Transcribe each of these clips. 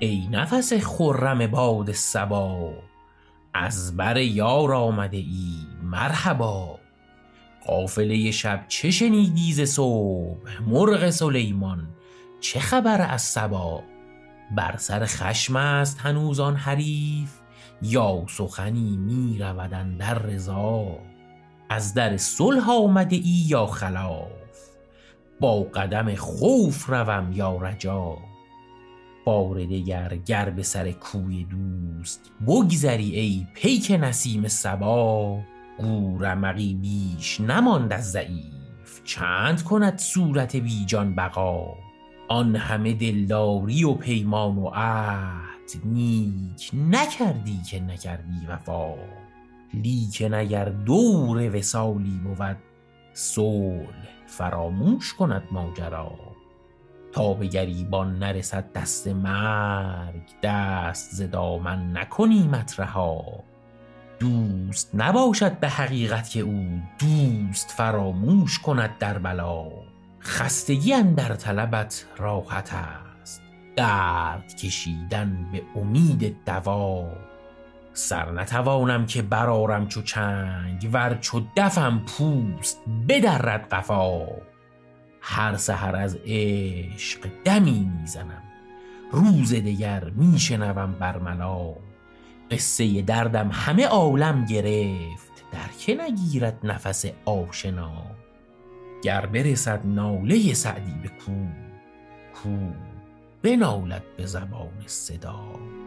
ای نفس خرم باد صبا، از بر یار آمده ای مرحبا. قافله شب چه شنیدی ز صبح، مرغ سلیمان چه خبر از سبا؟ بر سر خشم است هنوز آن حریف، یا سخنی می رود اندر رضا؟ از در صلح آمده ای یا خلاف، با قدم خوف روم یا رجا؟ بار دگر گر به سر کوی دوست، بگذری ای پیک نسیم صبا. گو رمقی بیش نماند از ضعیف، چند کند صورت بی جان بقا؟ آن همه دلداری و پیمان و عهد، نیک نکردی که نکردی وفا. لیکن اگر دور وصالی بود، صلح فراموش کند ماجرا. تا به گریبان نرسد دست مرگ، دست ز دامن نکنیمت رها. دوست نباشد به حقیقت که او دوست فراموش کند در بلا. خستگی اندر طلبت راحت است، درد کشیدن به امید دوا. سر نتوانم که برآرم چو چنگ، ور چو دفم پوست بدرد قفا. هر سحر از عشق دمی میزنم، روز دگر میشنوم برملا. قصه دردم همه عالم گرفت، در که نگیرد نفس آشنا. گر برسد ناله سعدی به کو بنالد به زبان صدا.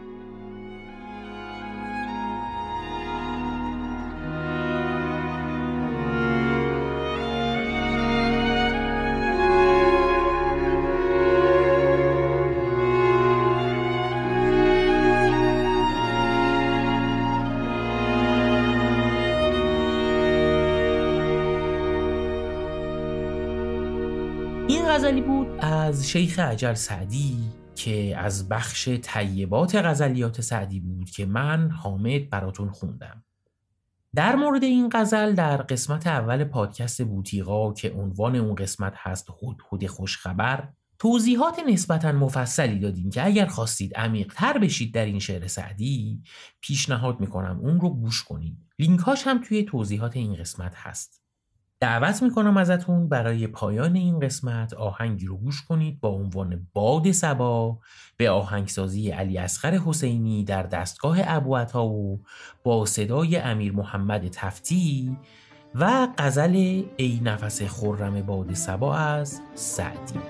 این غزلی بود از شیخ اجل سعدی که از بخش طیبات غزلیات سعدی بود که من حامد براتون خوندم. در مورد این غزل در قسمت اول پادکست بوتیقا که عنوان اون قسمت هست هدهد خوشخبر، توضیحات نسبتاً مفصلی دادیم که اگر خواستید عمیق‌تر بشید در این شعر سعدی، پیشنهاد میکنم اون رو گوش کنید. لینکاش هم توی توضیحات این قسمت هست. دعوت میکنم ازتون برای پایان این قسمت آهنگی رو گوش کنید با عنوان باد صبا به آهنگسازی علی اصغر حسینی در دستگاه ابوعطا و با صدای امیر محمد تفتی و غزل ای نفس خرم باد صبا از سعدی.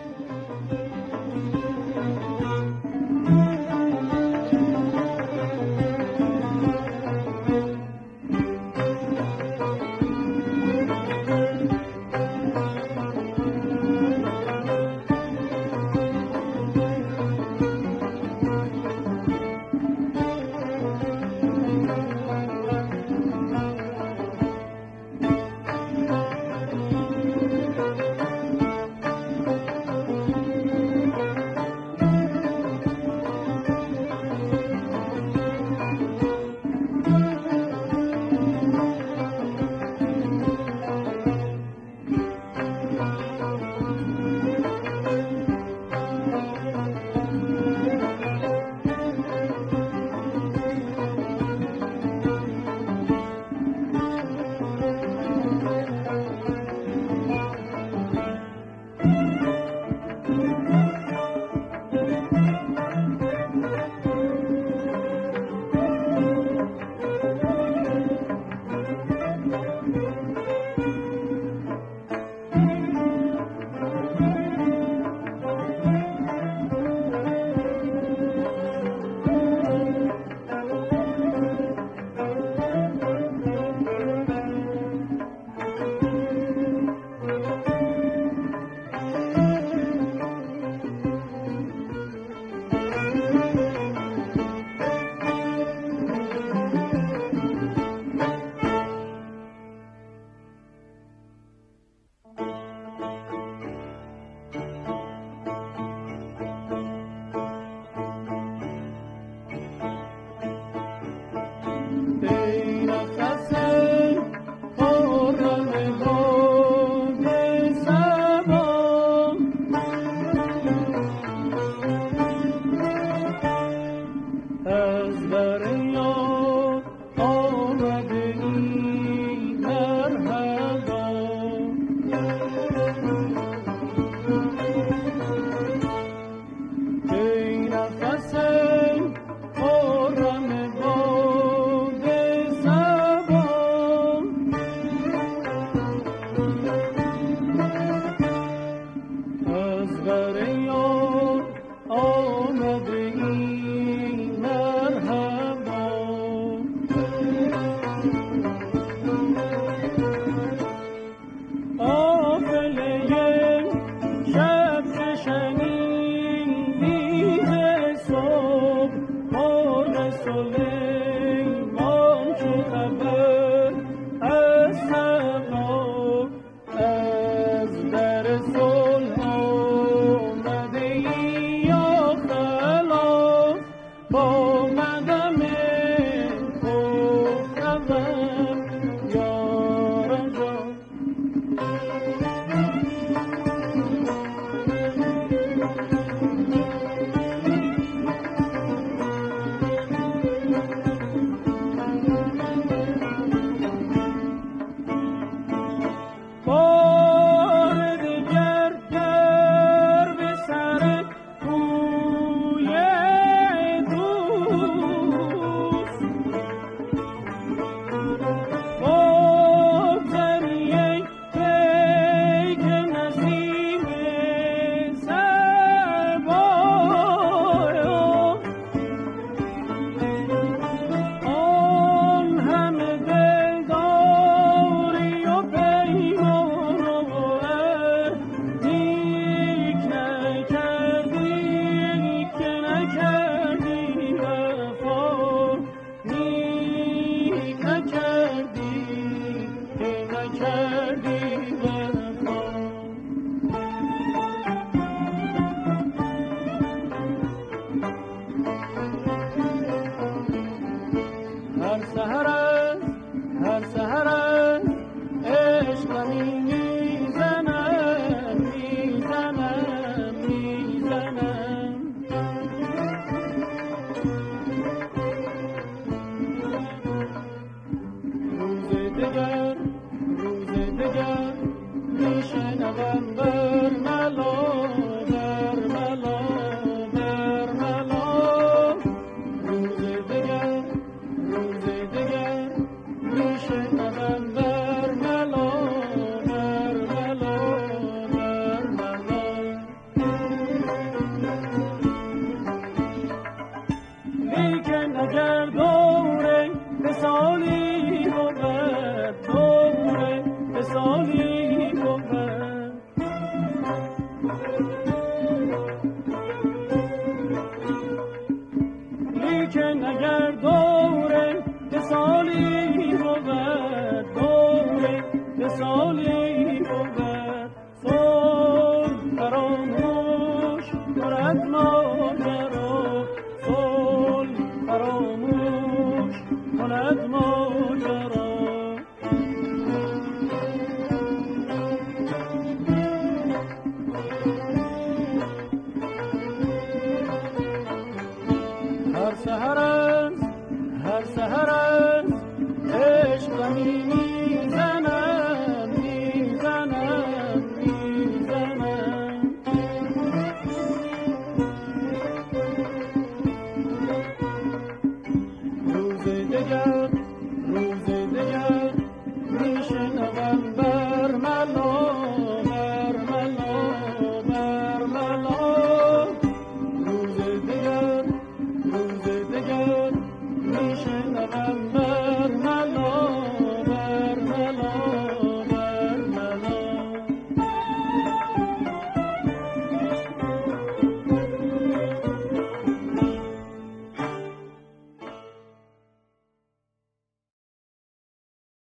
هر سحر